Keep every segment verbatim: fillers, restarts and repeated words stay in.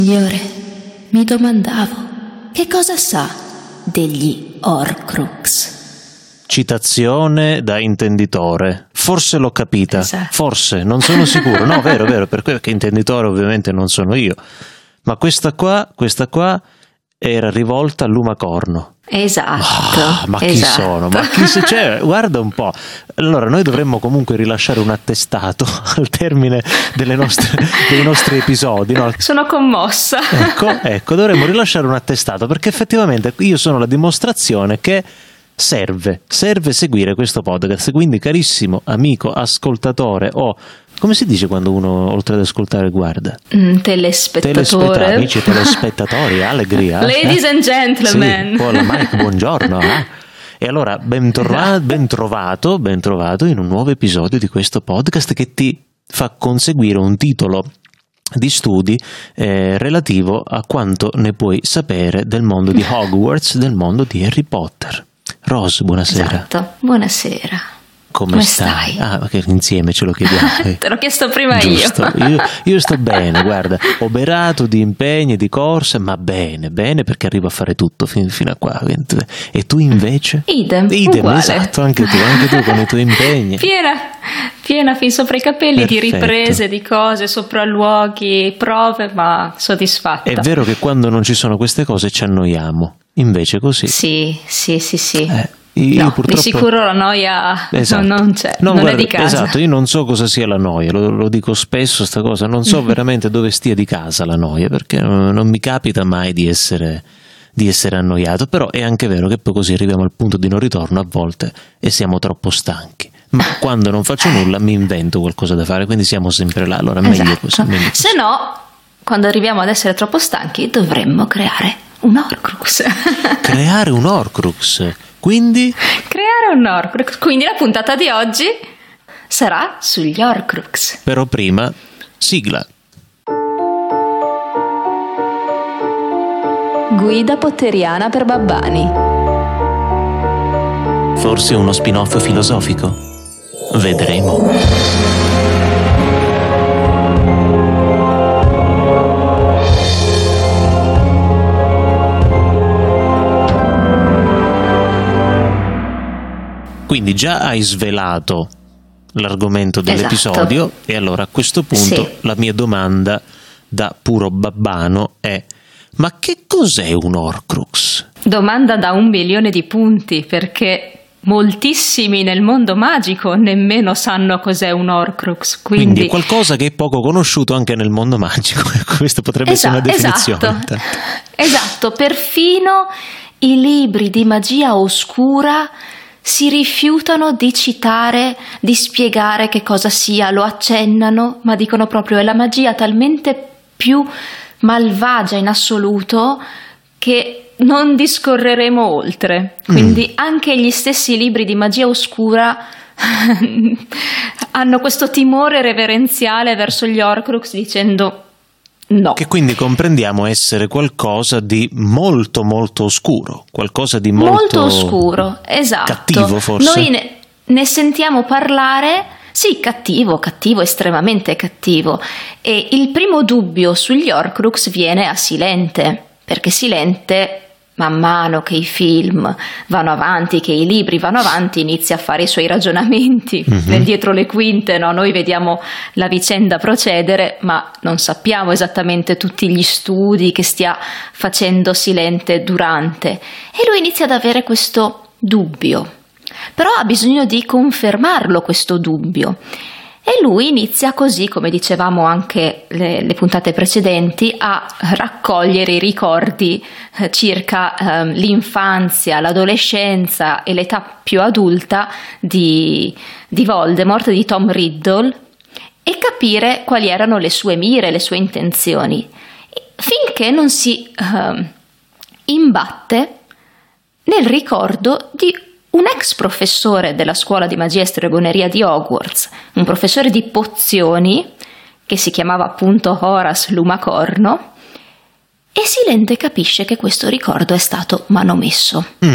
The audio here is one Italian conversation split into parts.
Signore, mi domandavo, che cosa sa degli Horcrux? Citazione da intenditore. Forse l'ho capita, Esatto. forse, non sono sicuro. No, vero, vero, perché intenditore ovviamente non sono io. Ma questa qua, questa qua era rivolta all'Umacorno. Esatto. Ah, ma chi esatto. sono? Ma chi se c'è? Guarda un po'. Allora, noi dovremmo comunque rilasciare un attestato al termine delle nostre, dei nostri episodi, no? Sono commossa. Ecco, ecco, dovremmo rilasciare un attestato perché effettivamente io sono la dimostrazione che serve, serve seguire questo podcast. Quindi, carissimo amico ascoltatore o come si dice quando uno oltre ad ascoltare guarda? Mm, telespettatore. Telespetta- amici telespettatori, allegria. Ladies and gentlemen. Sì, hola Mike, buongiorno. Eh? E allora, ben, torna- ben trovato, ben trovato in un nuovo episodio di questo podcast che ti fa conseguire un titolo di studi eh, relativo a quanto ne puoi sapere del mondo di Hogwarts, del mondo di Harry Potter. Rose, buonasera. Esatto, buonasera. Come, Come stai? stai? Ah, perché insieme ce lo chiediamo. Eh. Te l'ho chiesto prima Giusto. io. io. Io sto bene, guarda, oberato di impegni, di corse, ma bene, bene perché arrivo a fare tutto fin, fino a qua. E tu invece? Idem, Idem, uguale. esatto, anche tu, anche tu con i tuoi impegni. Piena, piena fin sopra i capelli Perfetto. di riprese, di cose, sopralluoghi, prove, ma soddisfatta. È vero che quando non ci sono queste cose ci annoiamo, invece così. Sì, sì, sì, sì. Eh, io no, purtroppo... di sicuro la noia Esatto. non, non c'è, No, non guarda, è di casa. Esatto, io non so cosa sia la noia, lo, lo dico spesso sta cosa, non so veramente dove stia di casa la noia, perché non, non mi capita mai di essere, di essere annoiato, però è anche vero che poi così arriviamo al punto di non ritorno a volte e siamo troppo stanchi. Ma quando non faccio nulla mi invento qualcosa da fare, quindi siamo sempre là, allora meglio Esatto. così. Meglio così. Se no, quando arriviamo ad essere troppo stanchi, dovremmo creare un Horcrux. Creare un Horcrux, quindi... Creare un Horcrux. Quindi la puntata di oggi sarà sugli Horcrux. Però prima, sigla. Guida potteriana per babbani. Forse uno spin-off filosofico? Vedremo. Quindi già hai svelato l'argomento dell'episodio, esatto. E allora a questo punto sì. La mia domanda da puro babbano è: ma che cos'è un Horcrux? Domanda da un milione di punti, perché moltissimi nel mondo magico nemmeno sanno cos'è un Horcrux. Quindi, quindi è qualcosa che è poco conosciuto anche nel mondo magico. Questa potrebbe esatto, essere una definizione. Esatto, esatto, perfino i libri di magia oscura si rifiutano di citare, di spiegare che cosa sia, lo accennano, ma dicono proprio è la magia talmente più malvagia in assoluto che non discorreremo oltre. Quindi mm. anche gli stessi libri di magia oscura hanno questo timore reverenziale verso gli Horcrux, dicendo no. Che quindi comprendiamo essere qualcosa di molto molto oscuro, qualcosa di molto, molto oscuro, esatto. Cattivo forse. Noi ne, ne sentiamo parlare, sì, cattivo, cattivo, estremamente cattivo. E il primo dubbio sugli Horcrux viene a Silente, perché Silente, man mano che i film vanno avanti, che i libri vanno avanti, inizia a fare i suoi ragionamenti mm-hmm. nel dietro le quinte, no? Noi vediamo la vicenda procedere, ma non sappiamo esattamente tutti gli studi che stia facendo Silente durante, e lui inizia ad avere questo dubbio, però ha bisogno di confermarlo questo dubbio. E lui inizia così, come dicevamo anche le, le puntate precedenti, a raccogliere i ricordi eh, circa eh, l'infanzia, l'adolescenza e l'età più adulta di, di Voldemort, di Tom Riddle, e capire quali erano le sue mire, le sue intenzioni, finché non si eh, imbatte nel ricordo di un ex professore della scuola di magia e stregoneria di Hogwarts, un professore di pozioni che si chiamava appunto Horace l'Umacorno, e Silente capisce che questo ricordo è stato manomesso. Mm.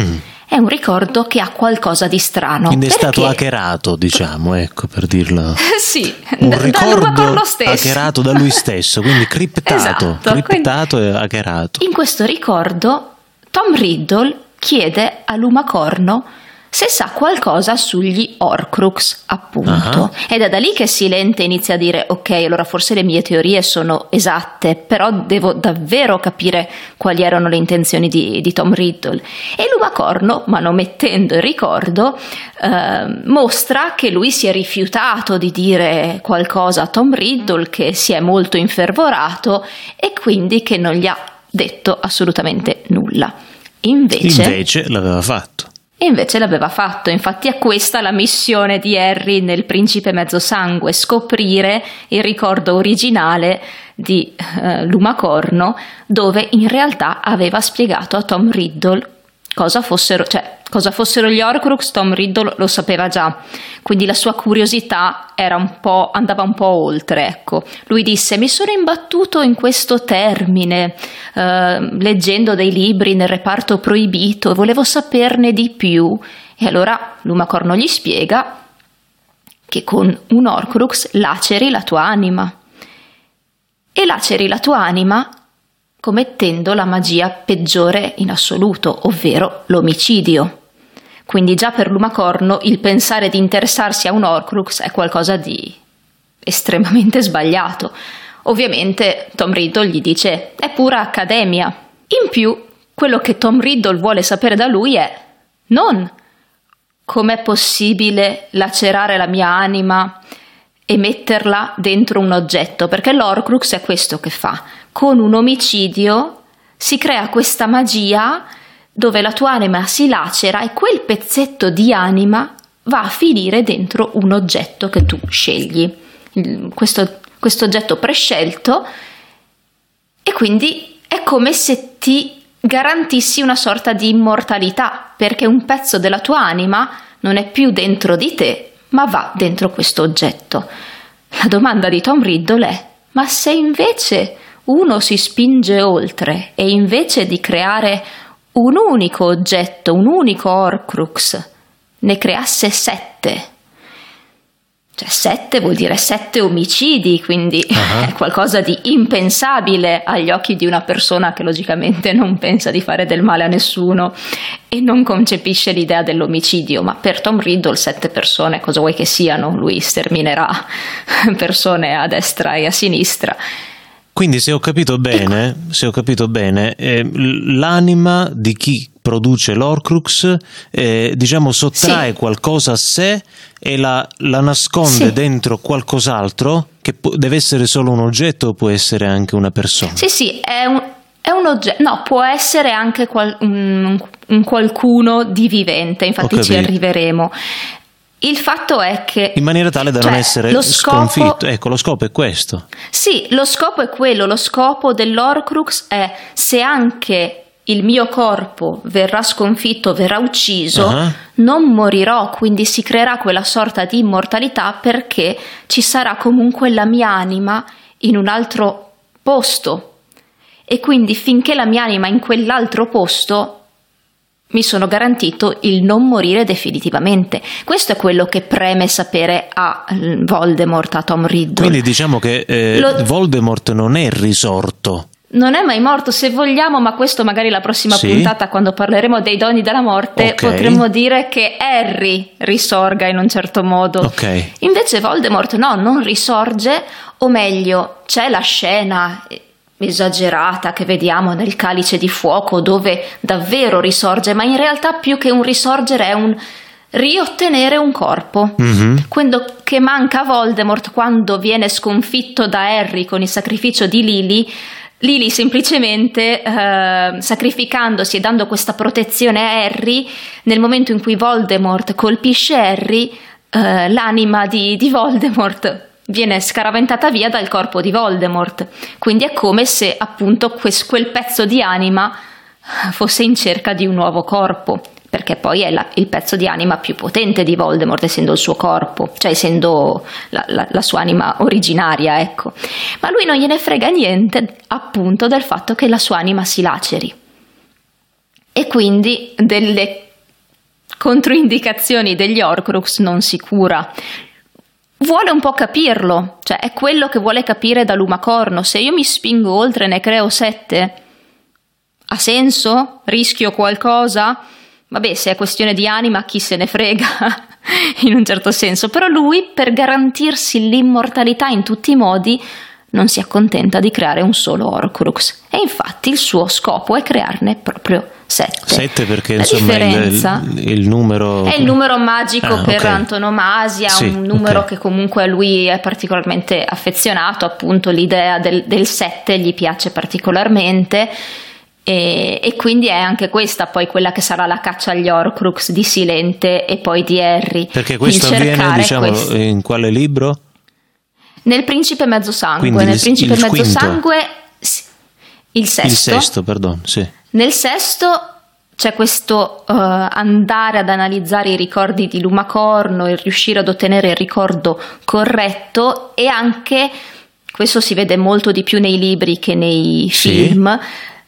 è un ricordo che ha qualcosa di strano. Quindi è perché... stato hackerato, diciamo, ecco, per dirla. Sì, un da, ricordo hackerato da lui stesso, quindi criptato, esatto, criptato quindi, e hackerato. In questo ricordo Tom Riddle chiede a Lumacorno se sa qualcosa sugli Horcrux, appunto. Uh-huh. Ed è da lì che Silente inizia a dire: ok, allora forse le mie teorie sono esatte, però devo davvero capire quali erano le intenzioni di, di Tom Riddle. E Lumacorno, manomettendo il ricordo, eh, mostra che lui si è rifiutato di dire qualcosa a Tom Riddle, che si è molto infervorato e quindi che non gli ha detto assolutamente nulla. Invece, Invece l'aveva fatto. E invece l'aveva fatto, infatti è questa la missione di Harry nel Principe Mezzosangue, scoprire il ricordo originale di eh, Lumacorno, dove in realtà aveva spiegato a Tom Riddle cosa fossero, cioè cosa fossero gli Horcrux. Tom Riddle lo sapeva già, quindi la sua curiosità era un po', andava un po' oltre, ecco. Lui disse: mi sono imbattuto in questo termine eh, leggendo dei libri nel reparto proibito e volevo saperne di più. E allora Lumacorno gli spiega che con un Horcrux laceri la tua anima e laceri la tua anima commettendo la magia peggiore in assoluto, ovvero l'omicidio. Quindi già per Lumacorno il pensare di interessarsi a un Horcrux è qualcosa di estremamente sbagliato. Ovviamente Tom Riddle gli dice: è pura accademia. In più, quello che Tom Riddle vuole sapere da lui è non com'è possibile lacerare la mia anima e metterla dentro un oggetto, perché l'Horcrux è questo che fa. Con un omicidio si crea questa magia dove la tua anima si lacera e quel pezzetto di anima va a finire dentro un oggetto che tu scegli, questo, questo oggetto prescelto, e quindi è come se ti garantissi una sorta di immortalità, perché un pezzo della tua anima non è più dentro di te, ma va dentro questo oggetto. La domanda di Tom Riddle è: ma se invece uno si spinge oltre e invece di creare un unico oggetto, un unico Horcrux, ne creasse sette? Cioè sette vuol dire sette omicidi, quindi uh-huh. è qualcosa di impensabile agli occhi di una persona che logicamente non pensa di fare del male a nessuno e non concepisce l'idea dell'omicidio. Ma per Tom Riddle sette persone, cosa vuoi che siano? Lui sterminerà persone a destra e a sinistra. Quindi se ho capito bene, se ho capito bene, eh, l'anima di chi produce l'Horcrux eh, diciamo sottrae sì. qualcosa a sé e la, la nasconde sì. dentro qualcos'altro, che può, deve essere solo un oggetto o può essere anche una persona? Sì, sì, è un, è un oggetto, no, può essere anche qual, un, un qualcuno di vivente, infatti ci arriveremo. Il fatto è che, in maniera tale da cioè, non essere lo scopo, sconfitto. Ecco, lo scopo è questo. Sì, lo scopo è quello. Lo scopo dell'Horcrux è: se anche il mio corpo verrà sconfitto, verrà ucciso, uh-huh. non morirò, quindi si creerà quella sorta di immortalità, perché ci sarà comunque la mia anima in un altro posto, e quindi finché la mia anima è in quell'altro posto mi sono garantito il non morire definitivamente. Questo è quello che preme sapere a Voldemort, a Tom Riddle. Quindi diciamo che eh, Lo... Voldemort non è risorto. Non è mai morto, se vogliamo, ma questo magari la prossima sì. puntata, quando parleremo dei doni della morte, okay. potremmo dire che Harry risorga in un certo modo. Okay. Invece Voldemort no, non risorge, o meglio, c'è la scena esagerata che vediamo nel Calice di Fuoco dove davvero risorge, ma in realtà più che un risorgere è un riottenere un corpo. Mm-hmm. Quello che manca a Voldemort quando viene sconfitto da Harry con il sacrificio di Lily, Lily semplicemente eh, sacrificandosi e dando questa protezione a Harry, nel momento in cui Voldemort colpisce Harry, eh, l'anima di, di Voldemort viene scaraventata via dal corpo di Voldemort. Quindi è come se appunto quel, quel pezzo di anima fosse in cerca di un nuovo corpo, perché poi è la, il pezzo di anima più potente di Voldemort, essendo il suo corpo, cioè essendo la, la, la sua anima originaria, ecco. Ma lui non gliene frega niente appunto del fatto che la sua anima si laceri, e quindi delle controindicazioni degli Horcrux non si cura. Vuole un po' capirlo, cioè è quello che vuole capire da Lumacorno. Se io mi spingo oltre e ne creo sette, ha senso? Rischio qualcosa? Vabbè, se è questione di anima, chi se ne frega, in un certo senso. Però lui, per garantirsi l'immortalità in tutti i modi, non si accontenta di creare un solo Horcrux. E infatti il suo scopo è crearne proprio sette. Sette perché La insomma differenza il, il, il numero... è il numero magico ah, per okay. antonomasia, sì, un numero okay. che comunque a lui è particolarmente affezionato, appunto l'idea del, del sette gli piace particolarmente. E, e quindi è anche questa poi quella che sarà la caccia agli Horcrux di Silente e poi di Harry. Perché questo avviene, diciamo, questo. In quale libro? Nel Principe Mezzosangue. Quindi Nel il, Principe il Mezzosangue il sesto. Il sesto, perdon, sì. Nel sesto c'è questo uh, andare ad analizzare i ricordi di Lumacorno e riuscire ad ottenere il ricordo corretto, e anche, questo si vede molto di più nei libri che nei sì. film,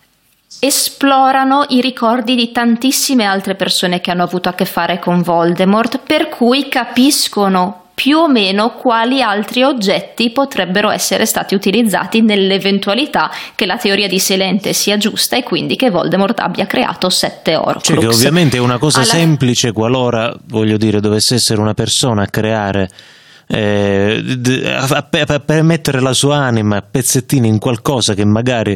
esplorano i ricordi di tantissime altre persone che hanno avuto a che fare con Voldemort, per cui capiscono più o meno quali altri oggetti potrebbero essere stati utilizzati nell'eventualità che la teoria di Silente sia giusta e quindi che Voldemort abbia creato sette Horcrux. Cioè che ovviamente è una cosa Alla... semplice qualora, voglio dire, dovesse essere una persona a creare eh, a, a, a mettere la sua anima a pezzettini in qualcosa che magari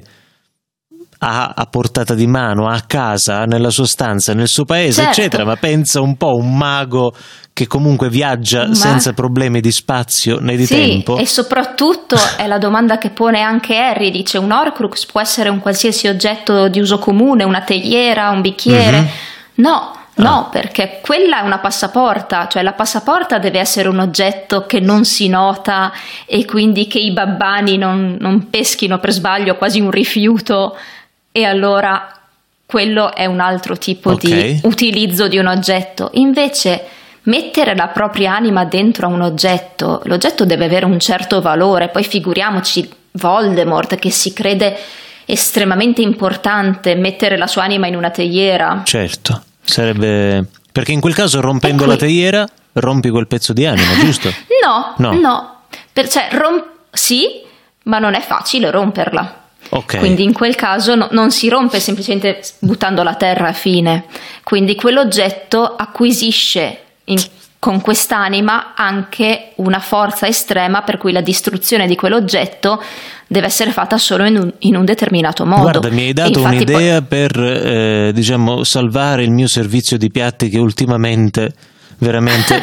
a, a portata di mano, a casa, nella sua stanza, nel suo paese, certo. eccetera, ma pensa un po' un mago che comunque viaggia ma... senza problemi di spazio né di sì, tempo. E soprattutto è la domanda che pone anche Harry, dice: un Horcrux può essere un qualsiasi oggetto di uso comune, una teiera, un bicchiere? Mm-hmm. No, no, ah. perché quella è una passaporta, cioè la passaporta deve essere un oggetto che non si nota e quindi che i babbani non, non peschino per sbaglio, quasi un rifiuto, e allora quello è un altro tipo okay. di utilizzo di un oggetto. Invece mettere la propria anima dentro a un oggetto, l'oggetto deve avere un certo valore, poi figuriamoci Voldemort che si crede estremamente importante, mettere la sua anima in una teiera. Certo, sarebbe... perché in quel caso rompendo qui... la teiera rompi quel pezzo di anima, giusto? No, no, no. Per, cioè, rom... sì, ma non è facile romperla. Okay. Quindi in quel caso no, non si rompe semplicemente buttando la terra a fine, quindi quell'oggetto acquisisce in, con quest'anima anche una forza estrema, per cui la distruzione di quell'oggetto deve essere fatta solo in un, in un determinato modo. Guarda, mi hai dato un'idea poi... per eh, diciamo salvare il mio servizio di piatti che ultimamente veramente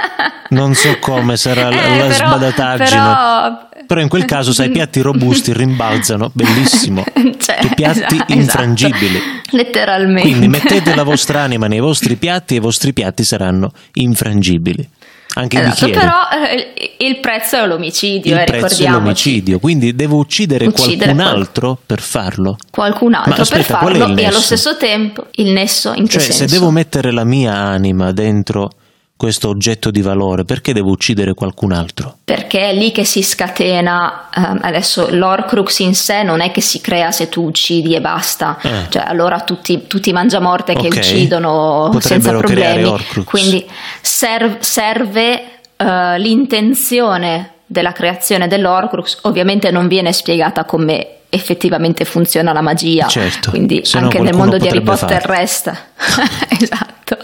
non so come sarà eh, la, la però, sbadataggine però... però in quel caso sai, i piatti robusti rimbalzano, bellissimo, cioè, i piatti esatto, infrangibili, letteralmente. Quindi mettete la vostra anima nei vostri piatti e i vostri piatti saranno infrangibili, anche esatto, i bicchieri. Però eh, il prezzo è l'omicidio, il eh, prezzo è l'omicidio, quindi devo uccidere, uccidere qualcun qual... altro per farlo qualcun altro aspetta, per farlo, e allo stesso tempo il nesso in che cioè senso? Se devo mettere la mia anima dentro questo oggetto di valore, perché devo uccidere qualcun altro? Perché è lì che si scatena. Um, adesso l'Horcrux in sé non è che si crea se tu uccidi e basta, eh. cioè allora tutti, tutti i mangiamorte okay. che uccidono senza problemi, quindi serv- serve uh, l'intenzione della creazione dell'Horcrux. Ovviamente non viene spiegata come effettivamente funziona la magia, certo. quindi se anche no nel mondo di Harry fare. Potter resta esatto.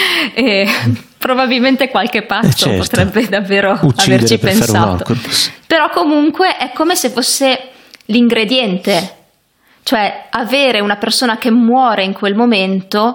E probabilmente qualche pazzo eh certo. potrebbe davvero uccidere averci per pensato, però comunque è come se fosse l'ingrediente, cioè avere una persona che muore in quel momento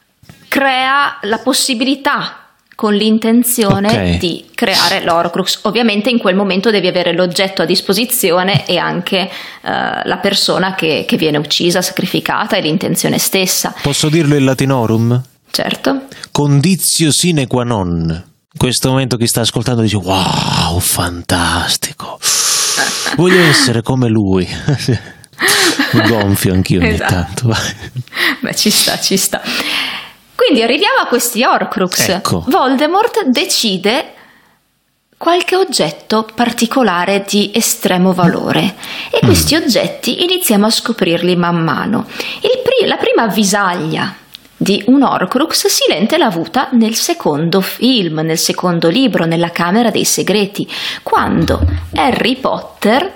crea la possibilità con l'intenzione okay. di creare l'Horcrux. Ovviamente in quel momento devi avere l'oggetto a disposizione e anche uh, la persona che, che viene uccisa, sacrificata, e l'intenzione stessa. Posso dirlo in latinorum? Certo. Conditio sine qua non. In questo momento chi sta ascoltando dice wow, fantastico, voglio essere come lui. Mi gonfio anch'io ogni esatto. tanto. Beh, ci sta, ci sta. Quindi arriviamo a questi Horcrux. Ecco. Voldemort decide qualche oggetto particolare di estremo valore e questi mm. oggetti iniziamo a scoprirli man mano. Il pri- la prima visaglia di un Horcrux Silente l'ha avuta nel secondo film, nel secondo libro, nella Camera dei Segreti, quando Harry Potter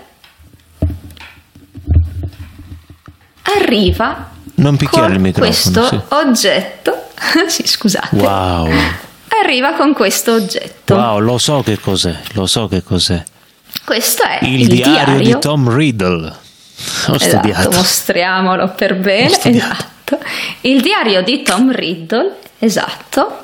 arriva non picchiare il microfono, questo sì. oggetto. Sì, scusate. Wow. Arriva con questo oggetto. Wow, lo so che cos'è, lo so che cos'è. Questo è il, il diario, diario di Tom Riddle. Ho esatto, studiato. Mostriamolo per bene. Esatto. Il diario di Tom Riddle, esatto.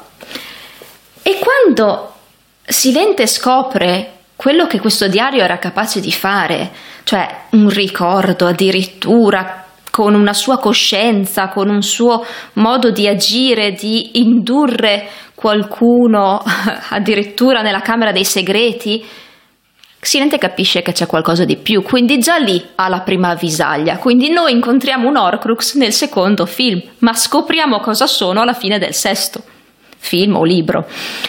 E quando Silente scopre quello che questo diario era capace di fare, cioè un ricordo addirittura con una sua coscienza, con un suo modo di agire, di indurre qualcuno addirittura nella Camera dei Segreti, Silente capisce che c'è qualcosa di più, quindi già lì ha la prima avvisaglia. Quindi noi incontriamo un Horcrux nel secondo film, ma scopriamo cosa sono alla fine del sesto film o libro.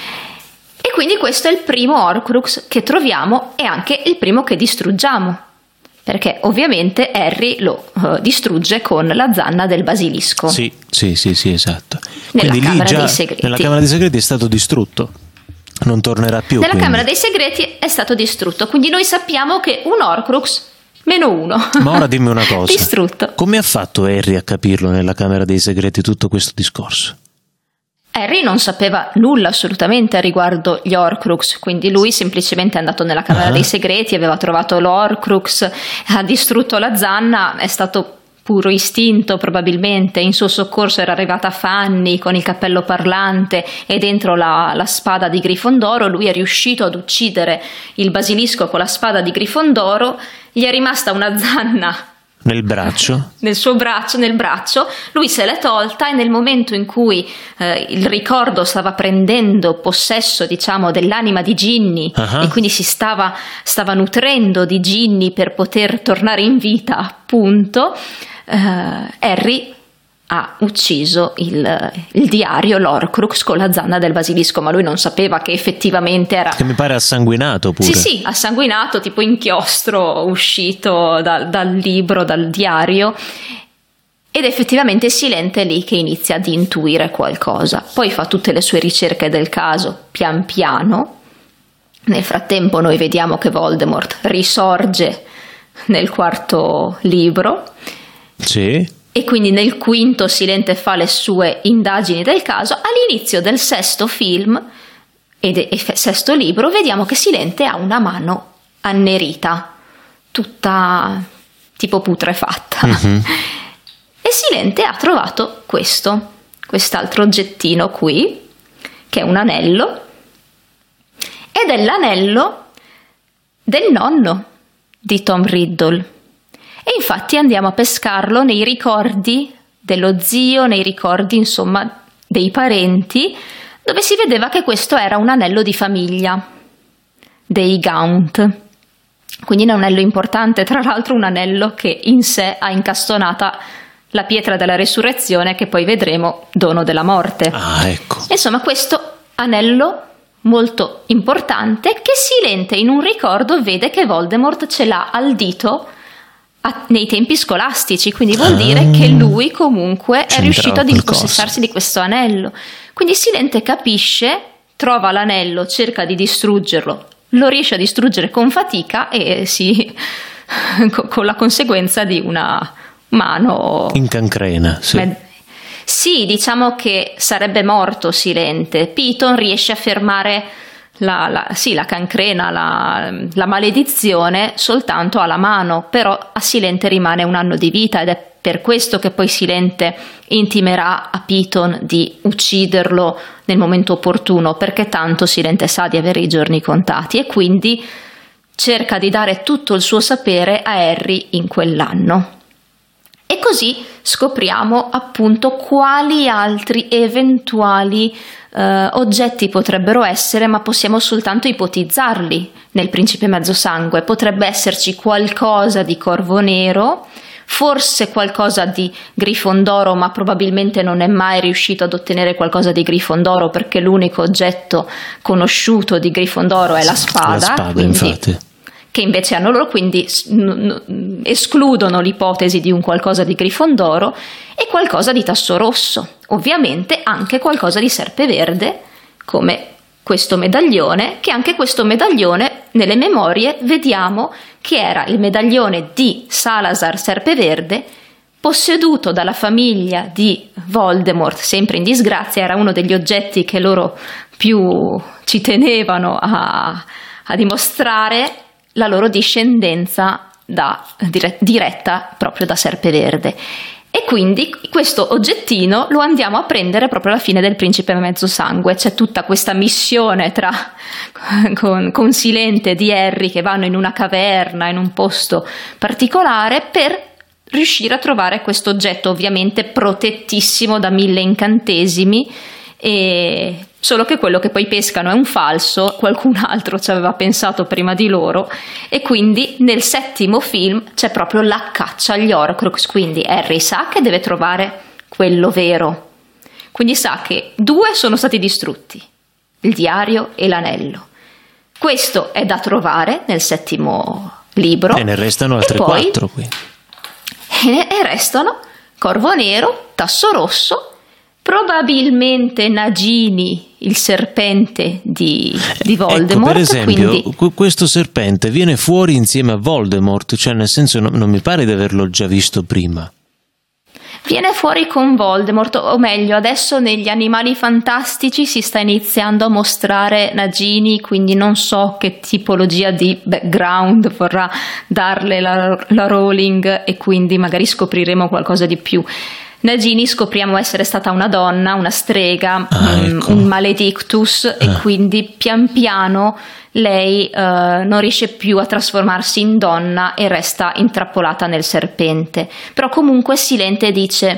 E quindi questo è il primo Horcrux che troviamo e anche il primo che distruggiamo, perché ovviamente Harry lo uh, distrugge con la zanna del basilisco. Sì, sì, sì, sì, esatto. Nella Quindi Camera lì già dei Segreti. nella Camera dei Segreti è stato distrutto. Non tornerà più. Nella quindi. Camera dei Segreti è stato distrutto, quindi noi sappiamo che un Horcrux meno uno. Ma ora dimmi una cosa. Distrutto. Come ha fatto Harry a capirlo nella Camera dei Segreti tutto questo discorso? Harry non sapeva nulla assolutamente riguardo gli Horcrux, quindi lui semplicemente è andato nella Camera ah. dei Segreti, aveva trovato l'Horcrux, ha distrutto la zanna, è stato puro istinto probabilmente. In suo soccorso era arrivata Fanny con il cappello parlante e dentro la, la spada di Grifondoro. Lui è riuscito ad uccidere il basilisco con la spada di Grifondoro, gli è rimasta una zanna nel braccio, nel suo braccio, nel braccio, lui se l'è tolta e nel momento in cui eh, il ricordo stava prendendo possesso, diciamo, dell'anima di Ginny uh-huh. e quindi si stava, stava nutrendo di Ginny per poter tornare in vita, appunto, eh, Harry ha ucciso il, il diario, l'Horcrux, con la zanna del basilisco, ma lui non sapeva che effettivamente era... Che mi pare assanguinato pure. Sì, sì, assanguinato, tipo inchiostro uscito dal, dal libro, dal diario, ed effettivamente è Silente lì che inizia ad intuire qualcosa. Poi fa tutte le sue ricerche del caso, pian piano. Nel frattempo noi vediamo che Voldemort risorge nel quarto libro. Sì. E quindi nel quinto Silente fa le sue indagini del caso. All'inizio del sesto film e, de- e sesto libro vediamo che Silente ha una mano annerita, tutta tipo putrefatta. Mm-hmm. E Silente ha trovato questo, quest'altro oggettino qui, che è un anello, ed è l'anello del nonno di Tom Riddle. E infatti andiamo a pescarlo nei ricordi dello zio, nei ricordi insomma dei parenti, dove si vedeva che questo era un anello di famiglia dei Gaunt. Quindi un anello importante, tra l'altro un anello che in sé ha incastonata la pietra della resurrezione, che poi vedremo dono della morte. Ah, ecco. Insomma, questo anello molto importante che Silente in un ricordo vede che Voldemort ce l'ha al dito nei tempi scolastici, quindi vuol dire che lui comunque è riuscito ad impossessarsi di questo anello. Quindi Silente capisce, trova l'anello, cerca di distruggerlo, lo riesce a distruggere con fatica e si con la conseguenza di una mano in cancrena. Sì. Med- sì, diciamo che sarebbe morto Silente. Piton riesce a fermare La, la, sì, la cancrena, la, la maledizione soltanto alla mano, però a Silente rimane un anno di vita ed è per questo che poi Silente intimerà a Piton di ucciderlo nel momento opportuno, perché tanto Silente sa di avere i giorni contati e quindi cerca di dare tutto il suo sapere a Harry in quell'anno. E così scopriamo appunto quali altri eventuali eh, oggetti potrebbero essere, ma possiamo soltanto ipotizzarli nel Principe Mezzosangue. Potrebbe esserci qualcosa di Corvo Nero, forse qualcosa di Grifondoro, ma probabilmente non è mai riuscito ad ottenere qualcosa di Grifondoro, perché l'unico oggetto conosciuto di Grifondoro è la spada. La spada, quindi... infatti. che invece hanno loro, quindi n- n- escludono l'ipotesi di un qualcosa di Grifondoro e qualcosa di Tasso Rosso, ovviamente anche qualcosa di Serpeverde, come questo medaglione, che anche questo medaglione nelle memorie vediamo che era il medaglione di Salazar Serpeverde, posseduto dalla famiglia di Voldemort, sempre in disgrazia. Era uno degli oggetti che loro più ci tenevano a, a dimostrare la loro discendenza da, dire, diretta proprio da Serpeverde. E quindi questo oggettino lo andiamo a prendere proprio alla fine del Principe Mezzosangue. C'è tutta questa missione tra con, con Silente di Harry che vanno in una caverna, in un posto particolare, per riuscire a trovare questo oggetto, ovviamente protettissimo da mille incantesimi, e solo che quello che poi pescano è un falso, qualcun altro ci aveva pensato prima di loro, e quindi nel settimo film c'è proprio la caccia agli Horcrux. Quindi Harry sa che deve trovare quello vero, quindi sa che due sono stati distrutti, il diario e l'anello. Questo è da trovare nel settimo libro, e ne restano altri poi, quattro qui. e, e restano Corvo Nero, Tasso Rosso, probabilmente Nagini, il serpente di, di Voldemort. Ecco, per esempio, quindi... questo serpente viene fuori insieme a Voldemort, cioè nel senso non, non mi pare di averlo già visto prima. Viene fuori con Voldemort, o meglio, adesso negli Animali Fantastici si sta iniziando a mostrare Nagini, quindi non so che tipologia di background vorrà darle la, la Rowling, e quindi magari scopriremo qualcosa di più. Nagini scopriamo essere stata una donna, una strega, ah, un, ecco. un maledictus, ah. e quindi pian piano lei uh, non riesce più a trasformarsi in donna e resta intrappolata nel serpente. Però comunque Silente dice: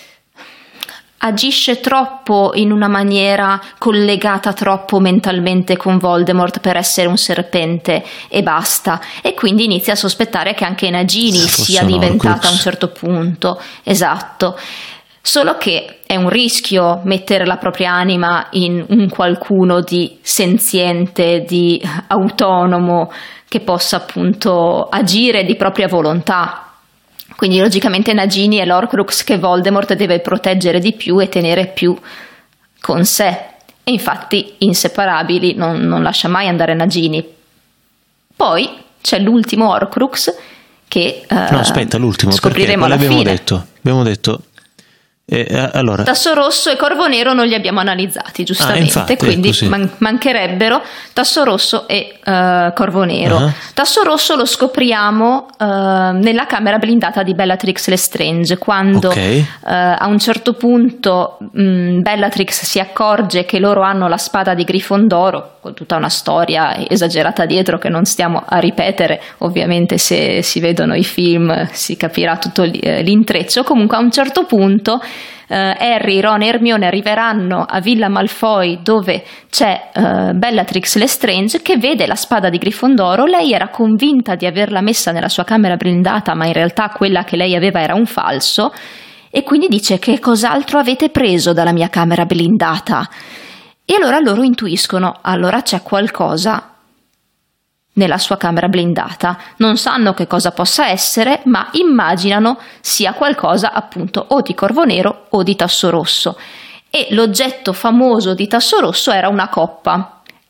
agisce troppo in una maniera collegata troppo mentalmente con Voldemort per essere un serpente e basta, e quindi inizia a sospettare che anche Nagini sia diventata a un certo punto. Esatto. Solo che è un rischio mettere la propria anima in un qualcuno di senziente, di autonomo, che possa appunto agire di propria volontà. Quindi logicamente Nagini è l'Horcrux che Voldemort deve proteggere di più e tenere più con sé. E infatti inseparabili, non, non lascia mai andare Nagini. Poi c'è l'ultimo Horcrux che eh, no aspetta l'ultimo scopriremo alla abbiamo fine. detto abbiamo detto Eh, allora. Tasso Rosso e Corvo Nero non li abbiamo analizzati, giustamente, ah, infatti, quindi man- mancherebbero Tasso Rosso e uh, Corvo Nero. Uh-huh. Tasso Rosso lo scopriamo uh, nella camera blindata di Bellatrix Lestrange, quando okay. uh, a un certo punto mh, Bellatrix si accorge che loro hanno la spada di Grifondoro, con tutta una storia esagerata dietro che non stiamo a ripetere. Ovviamente se si vedono i film si capirà tutto l'intreccio. Comunque a un certo punto Uh, Harry, Ron e Hermione arriveranno a Villa Malfoy, dove c'è uh, Bellatrix Lestrange, che vede la spada di Grifondoro. Lei era convinta di averla messa nella sua camera blindata, ma in realtà quella che lei aveva era un falso, e quindi dice: che cos'altro avete preso dalla mia camera blindata? E allora loro intuiscono: allora c'è qualcosa nella sua camera blindata. Non sanno che cosa possa essere, ma immaginano sia qualcosa appunto o di Corvo Nero o di Tasso Rosso. E l'oggetto famoso di Tasso Rosso era una coppa.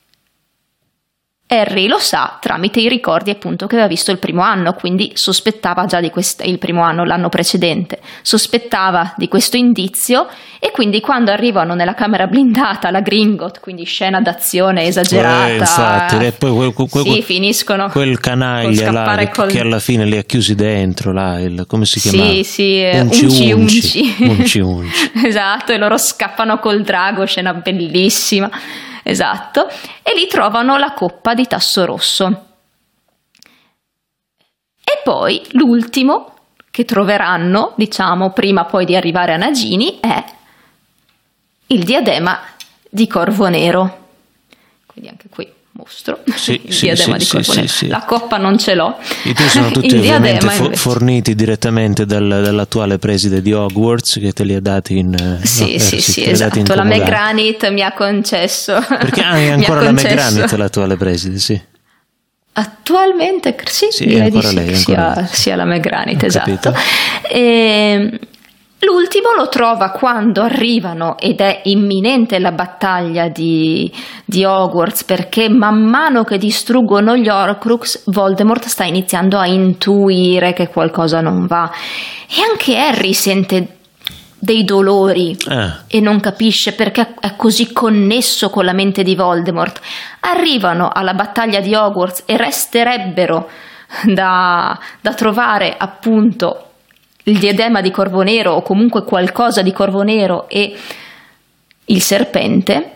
Harry lo sa tramite i ricordi appunto che aveva visto il primo anno, quindi sospettava già di questo, il primo anno, l'anno precedente, sospettava di questo indizio, e quindi quando arrivano nella camera blindata, la Gringotts, quindi scena d'azione esagerata, eh, infatti, e poi quel, quel, quel, sì, finiscono quel canaglia là, che, col... che alla fine li ha chiusi dentro là, il, come si chiamava? Sì, sì, unci unci unci, unci. unci, unci. Esatto, e loro scappano col drago, scena bellissima. Esatto, e lì trovano la coppa di Tasso Rosso. E poi l'ultimo che troveranno, diciamo, prima poi di arrivare a Nagini, è il diadema di Corvo Nero. Quindi anche qui mostro sì, il sì, diadema sì, di Corvo sì, Nero. sì, sì. La coppa non ce l'ho. I tuoi sono tutti il ovviamente fo- invece... forniti direttamente dal, dall'attuale preside di Hogwarts, che te li ha dati in sì, no, sì, eh, sì, sì esatto, la McGranit mi ha concesso. Perché ah, è ancora la McGranit l'attuale preside, sì. Attualmente sì, sì direi di sì, lei, sia, sia la Meg Granit, esatto. E l'ultimo lo trova quando arrivano ed è imminente la battaglia di, di Hogwarts, perché man mano che distruggono gli Horcrux Voldemort sta iniziando a intuire che qualcosa non va, e anche Harry sente dei dolori ah. e non capisce perché è così connesso con la mente di Voldemort. Arrivano alla battaglia di Hogwarts e resterebbero da, da trovare appunto il diadema di Corvo Nero, o comunque qualcosa di Corvo Nero, e il serpente.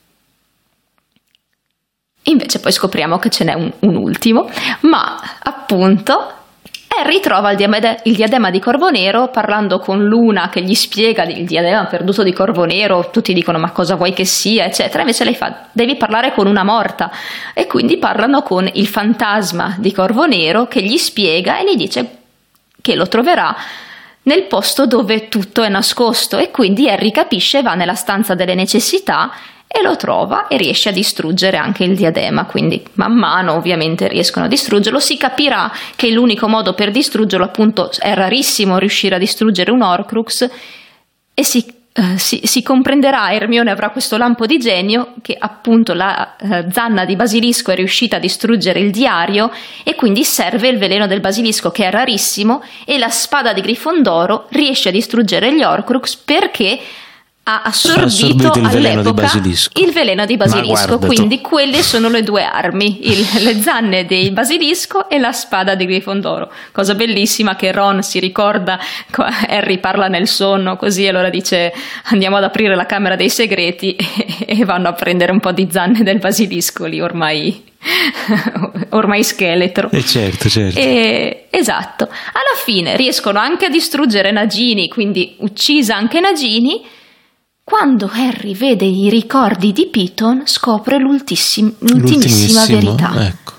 Invece poi scopriamo che ce n'è un, un ultimo, ma appunto Harry trova il diadema, il diadema di Corvo Nero parlando con Luna, che gli spiega il diadema perduto di Corvo Nero. Tutti dicono: ma cosa vuoi che sia, eccetera. Invece lei fa: devi parlare con una morta, e quindi parlano con il fantasma di Corvo Nero, che gli spiega e gli dice che lo troverà nel posto dove tutto è nascosto, e quindi Harry capisce, va nella stanza delle necessità e lo trova e riesce a distruggere anche il diadema. Quindi man mano ovviamente riescono a distruggerlo. Si capirà che l'unico modo per distruggerlo, appunto, è rarissimo riuscire a distruggere un Horcrux, e si Uh, si, si comprenderà, Hermione avrà questo lampo di genio, che appunto la uh, zanna di basilisco è riuscita a distruggere il diario, e quindi serve il veleno del basilisco, che è rarissimo, e la spada di Grifondoro riesce a distruggere gli Horcrux perché ha assorbito, assorbito il veleno di basilisco. Il veleno di basilisco, quindi tu. Quelle sono le due armi, il, le zanne del basilisco e la spada di Grifondoro. Cosa bellissima, che Ron si ricorda, Harry parla nel sonno così, e allora dice: andiamo ad aprire la camera dei segreti, e, e vanno a prendere un po' di zanne del basilisco lì ormai ormai scheletro. E certo, certo. E, esatto. Alla fine riescono anche a distruggere Nagini, quindi uccisa anche Nagini. Quando Harry vede i ricordi di Piton, scopre l'ultissim- l'ultimissima verità. Ecco.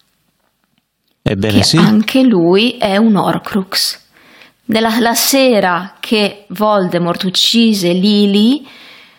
Ebbene che sì. Anche lui è un Horcrux. Nella, la sera che Voldemort uccise Lily,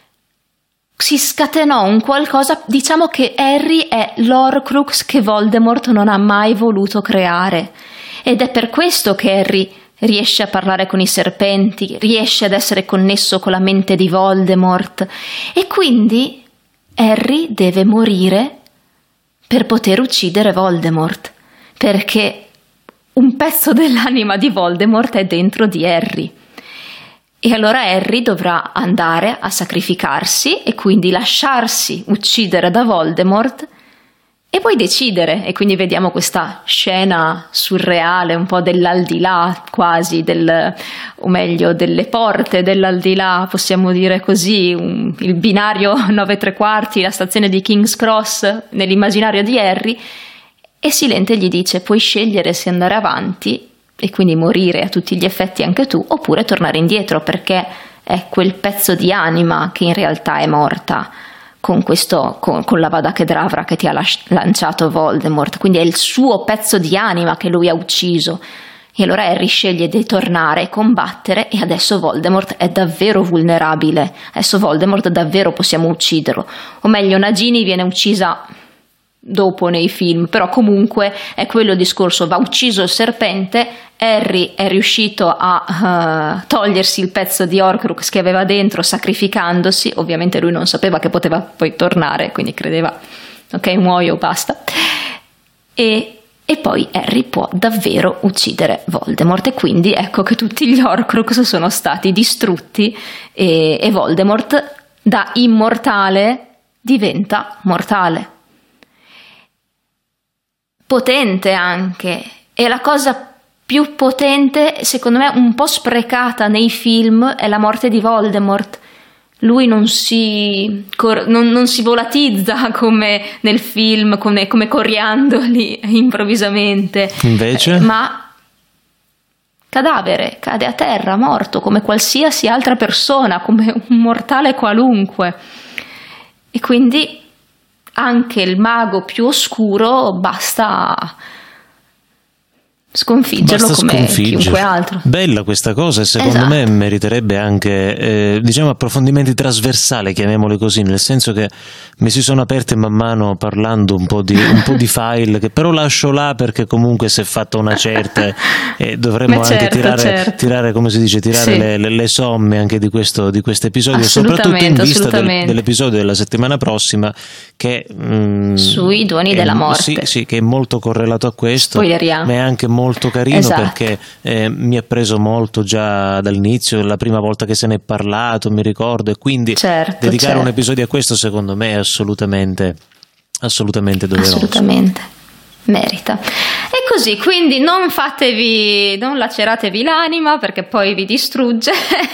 si scatenò un qualcosa, diciamo che Harry è l'Horcrux che Voldemort non ha mai voluto creare. Ed è per questo che Harry riesce a parlare con i serpenti, riesce ad essere connesso con la mente di Voldemort, e quindi Harry deve morire per poter uccidere Voldemort, perché un pezzo dell'anima di Voldemort è dentro di Harry. E allora Harry dovrà andare a sacrificarsi e quindi lasciarsi uccidere da Voldemort, e poi decidere. E quindi vediamo questa scena surreale, un po' dell'aldilà quasi, del, o meglio delle porte dell'aldilà, possiamo dire così, un, il binario nove tre quarti, la stazione di King's Cross nell'immaginario di Harry, e Silente gli dice: puoi scegliere se andare avanti e quindi morire a tutti gli effetti anche tu, oppure tornare indietro, perché è quel pezzo di anima che in realtà è morta con questo con, con l'Avada Kedavra che ti ha lasci- lanciato Voldemort, quindi è il suo pezzo di anima che lui ha ucciso. E allora Harry sceglie di tornare e combattere, e adesso Voldemort è davvero vulnerabile, adesso Voldemort davvero possiamo ucciderlo, o meglio Nagini viene uccisa dopo nei film, però comunque è quello il discorso, va ucciso il serpente. Harry è riuscito a uh, togliersi il pezzo di Horcrux che aveva dentro sacrificandosi, ovviamente lui non sapeva che poteva poi tornare, quindi credeva ok, muoio, basta, e, e poi Harry può davvero uccidere Voldemort, e quindi ecco che tutti gli Horcrux sono stati distrutti, e, e Voldemort da immortale diventa mortale. Potente anche, e la cosa più potente, secondo me un po' sprecata nei film, è la morte di Voldemort. Lui non si, non, non si volatizza come nel film, come, come coriandoli improvvisamente. Invece? Eh, ma cadavere, cade a terra, morto, come qualsiasi altra persona, come un mortale qualunque. E quindi anche il mago più oscuro basta sconfiggerlo Basta come chiunque altro. Bella questa cosa, e secondo esatto. me meriterebbe anche eh, diciamo approfondimenti trasversali, chiamiamoli così, nel senso che mi si sono aperte man mano parlando un po' di, un po' di file che però lascio là, perché comunque si è fatta una certa e dovremmo anche certo, tirare, certo. tirare, come si dice, tirare sì. le, le, le somme anche di questo di questo episodio, soprattutto in vista del, dell'episodio della settimana prossima che mh, sui doni è, della morte. Sì, sì, che è molto correlato a questo, Spoileriamo. ma è anche molto carino, esatto. perché eh, mi ha preso molto già dall'inizio, la prima volta che se ne è parlato, mi ricordo, e quindi certo, dedicare certo. un episodio a questo secondo me è assolutamente assolutamente doveroso. Assolutamente, merita. E così, quindi non fatevi, non laceratevi l'anima, perché poi vi distrugge.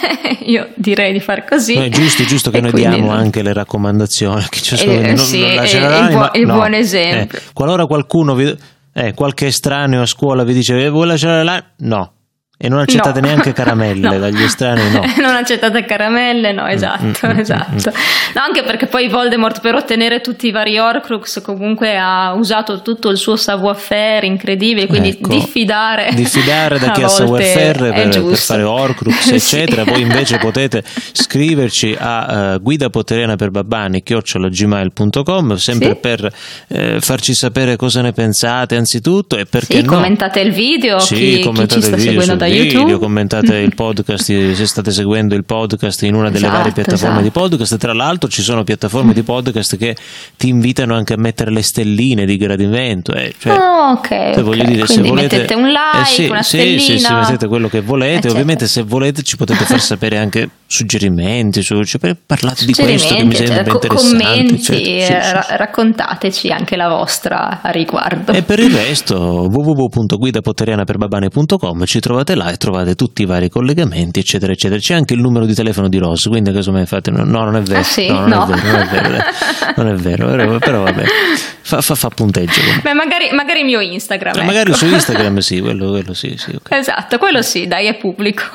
Io direi di far così. No, è giusto, è giusto che e noi diamo non... anche le raccomandazioni, che ci sono, eh, non, sì, non lacerare l'anima, il, bu- il no. buon esempio. Eh, qualora qualcuno vi, eh, qualche estraneo a scuola vi dice eh, vuoi lacerare l'anima? No. E non accettate no. neanche caramelle no. dagli estranei, no. Non accettate caramelle, no, esatto, mm, esatto. Mm, no, anche perché poi Voldemort, per ottenere tutti i vari Horcrux, comunque ha usato tutto il suo savoir-faire incredibile, quindi ecco, diffidare diffidare da chi ha savoir-faire per, per fare Horcrux, eccetera. Sì. Voi invece potete scriverci a uh, guida potteriana per babbani chiocciola gmail punto com, sempre sì. per eh, farci sapere cosa ne pensate anzitutto, e perché sì, no. commentate il video, sì, chi, chi ci sta seguendo da video, YouTube, commentate il podcast se state seguendo il podcast in una delle esatto, varie piattaforme esatto. di podcast. Tra l'altro ci sono piattaforme mm. di podcast che ti invitano anche a mettere le stelline di gradimento, eh. Cioè, oh, ok, se voglio okay. dire, Quindi se volete, mettete un like, eh sì, una sì, stellina, sì, sì, mettete quello che volete, eccetera. Ovviamente se volete ci potete far sapere anche suggerimenti, su, cioè, parlate di questo che mi sembra cioè, interessante, commenti, eccetera. Sì, ra- sì, sì. raccontateci anche la vostra a riguardo. E per il resto w w w punto guida potteriana per babbani punto com, ci trovate là e trovate tutti i vari collegamenti, eccetera eccetera. C'è anche il numero di telefono di Ross, quindi casomai fate no, non è vero, ah, sì? no, non, no. È vero non è vero non è vero, però, però vabbè, fa, fa, fa punteggio. Beh, magari, magari il mio Instagram, ecco. Magari su Instagram sì, quello, quello sì, sì okay. Esatto, quello sì, dai, è pubblico.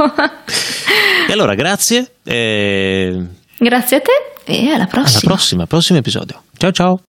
E allora grazie e... grazie a te e alla prossima alla prossima prossimo episodio. Ciao ciao.